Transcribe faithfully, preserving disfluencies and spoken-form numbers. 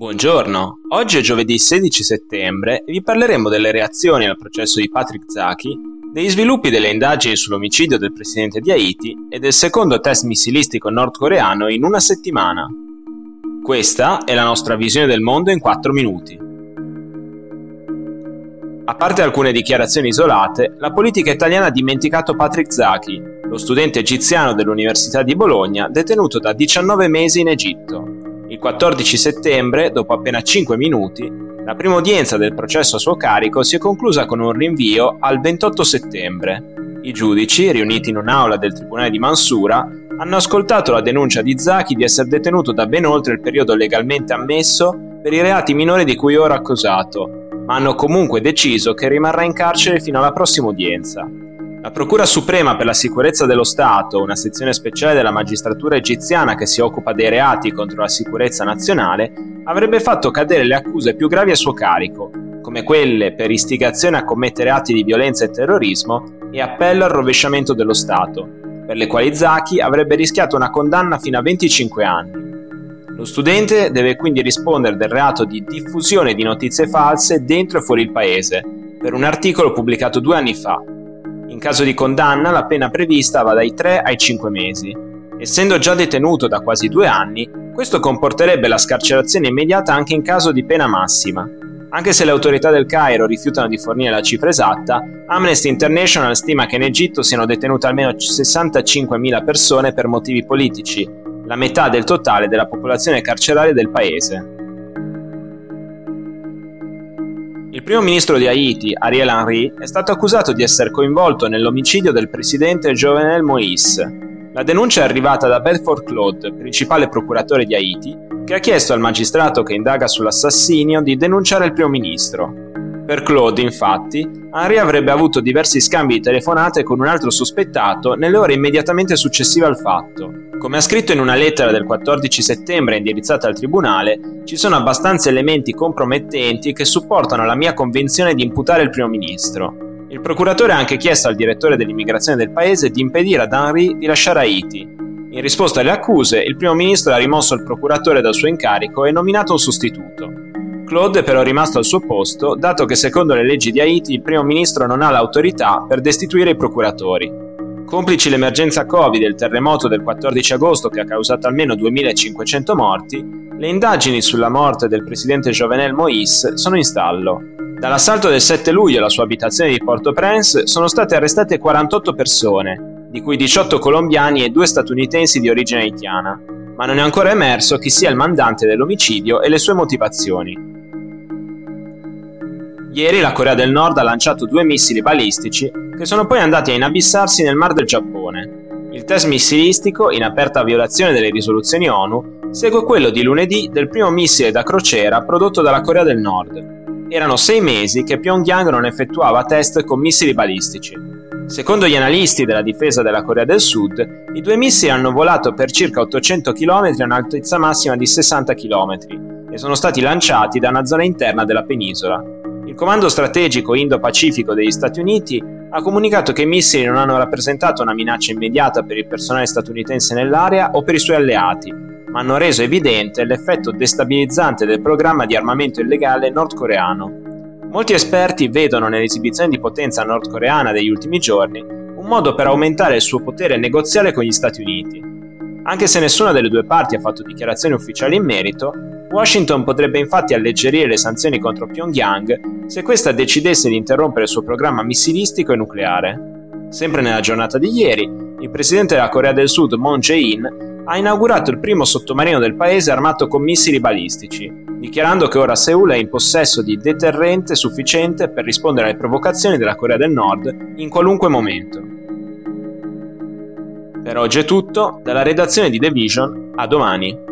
Buongiorno, oggi è giovedì sedici settembre e vi parleremo delle reazioni al processo di Patrick Zaki, degli sviluppi delle indagini sull'omicidio del presidente di Haiti e del secondo test missilistico nordcoreano in una settimana. Questa è la nostra visione del mondo in quattro minuti. A parte alcune dichiarazioni isolate, la politica italiana ha dimenticato Patrick Zaki, lo studente egiziano dell'Università di Bologna detenuto da diciannove mesi in Egitto. Il quattordici settembre, dopo appena cinque minuti, la prima udienza del processo a suo carico si è conclusa con un rinvio al ventotto settembre. I giudici, riuniti in un'aula del tribunale di Mansura, hanno ascoltato la denuncia di Zaki di essere detenuto da ben oltre il periodo legalmente ammesso per i reati minori di cui ora accusato, ma hanno comunque deciso che rimarrà in carcere fino alla prossima udienza. La Procura Suprema per la Sicurezza dello Stato, una sezione speciale della magistratura egiziana che si occupa dei reati contro la sicurezza nazionale, avrebbe fatto cadere le accuse più gravi a suo carico, come quelle per istigazione a commettere atti di violenza e terrorismo e appello al rovesciamento dello Stato, per le quali Zaki avrebbe rischiato una condanna fino a venticinque anni. Lo studente deve quindi rispondere del reato di diffusione di notizie false dentro e fuori il paese, per un articolo pubblicato due anni fa. In caso di condanna, la pena prevista va dai tre ai cinque mesi. Essendo già detenuto da quasi due anni, questo comporterebbe la scarcerazione immediata anche in caso di pena massima. Anche se le autorità del Cairo rifiutano di fornire la cifra esatta, Amnesty International stima che in Egitto siano detenute almeno sessantacinquemila persone per motivi politici, la metà del totale della popolazione carceraria del paese. Il primo ministro di Haiti, Ariel Henry, è stato accusato di essere coinvolto nell'omicidio del presidente Jovenel Moïse. La denuncia è arrivata da Bedford Claude, principale procuratore di Haiti, che ha chiesto al magistrato che indaga sull'assassinio di denunciare il primo ministro. Per Claude, infatti, Henry avrebbe avuto diversi scambi di telefonate con un altro sospettato nelle ore immediatamente successive al fatto. Come ha scritto in una lettera del quattordici settembre indirizzata al tribunale, ci sono abbastanza elementi compromettenti che supportano la mia convinzione di imputare il primo ministro. Il procuratore ha anche chiesto al direttore dell'immigrazione del paese di impedire ad Henry di lasciare Haiti. In risposta alle accuse, il primo ministro ha rimosso il procuratore dal suo incarico e nominato un sostituto. Claude è però rimasto al suo posto, dato che secondo le leggi di Haiti il primo ministro non ha l'autorità per destituire i procuratori. Complici l'emergenza Covid e il terremoto del quattordici agosto che ha causato almeno duemilacinquecento morti, le indagini sulla morte del presidente Jovenel Moïse sono in stallo. Dall'assalto del sette luglio alla sua abitazione di Port-au-Prince sono state arrestate quarantotto persone, di cui diciotto colombiani e due statunitensi di origine haitiana, ma non è ancora emerso chi sia il mandante dell'omicidio e le sue motivazioni. Ieri la Corea del Nord ha lanciato due missili balistici che sono poi andati a inabissarsi nel Mar del Giappone. Il test missilistico, in aperta violazione delle risoluzioni ONU, segue quello di lunedì del primo missile da crociera prodotto dalla Corea del Nord. Erano sei mesi che Pyongyang non effettuava test con missili balistici. Secondo gli analisti della difesa della Corea del Sud, i due missili hanno volato per circa ottocento chilometri a un'altezza massima di sessanta chilometri e sono stati lanciati da una zona interna della penisola. Il Comando Strategico Indo-Pacifico degli Stati Uniti ha comunicato che i missili non hanno rappresentato una minaccia immediata per il personale statunitense nell'area o per i suoi alleati, ma hanno reso evidente l'effetto destabilizzante del programma di armamento illegale nordcoreano. Molti esperti vedono nell'esibizione di potenza nordcoreana degli ultimi giorni un modo per aumentare il suo potere negoziale con gli Stati Uniti. Anche se nessuna delle due parti ha fatto dichiarazioni ufficiali in merito, Washington potrebbe infatti alleggerire le sanzioni contro Pyongyang se questa decidesse di interrompere il suo programma missilistico e nucleare. Sempre nella giornata di ieri, il presidente della Corea del Sud, Moon Jae-in, ha inaugurato il primo sottomarino del paese armato con missili balistici, dichiarando che ora Seul è in possesso di deterrente sufficiente per rispondere alle provocazioni della Corea del Nord in qualunque momento. Per oggi è tutto, dalla redazione di The Vision, a domani.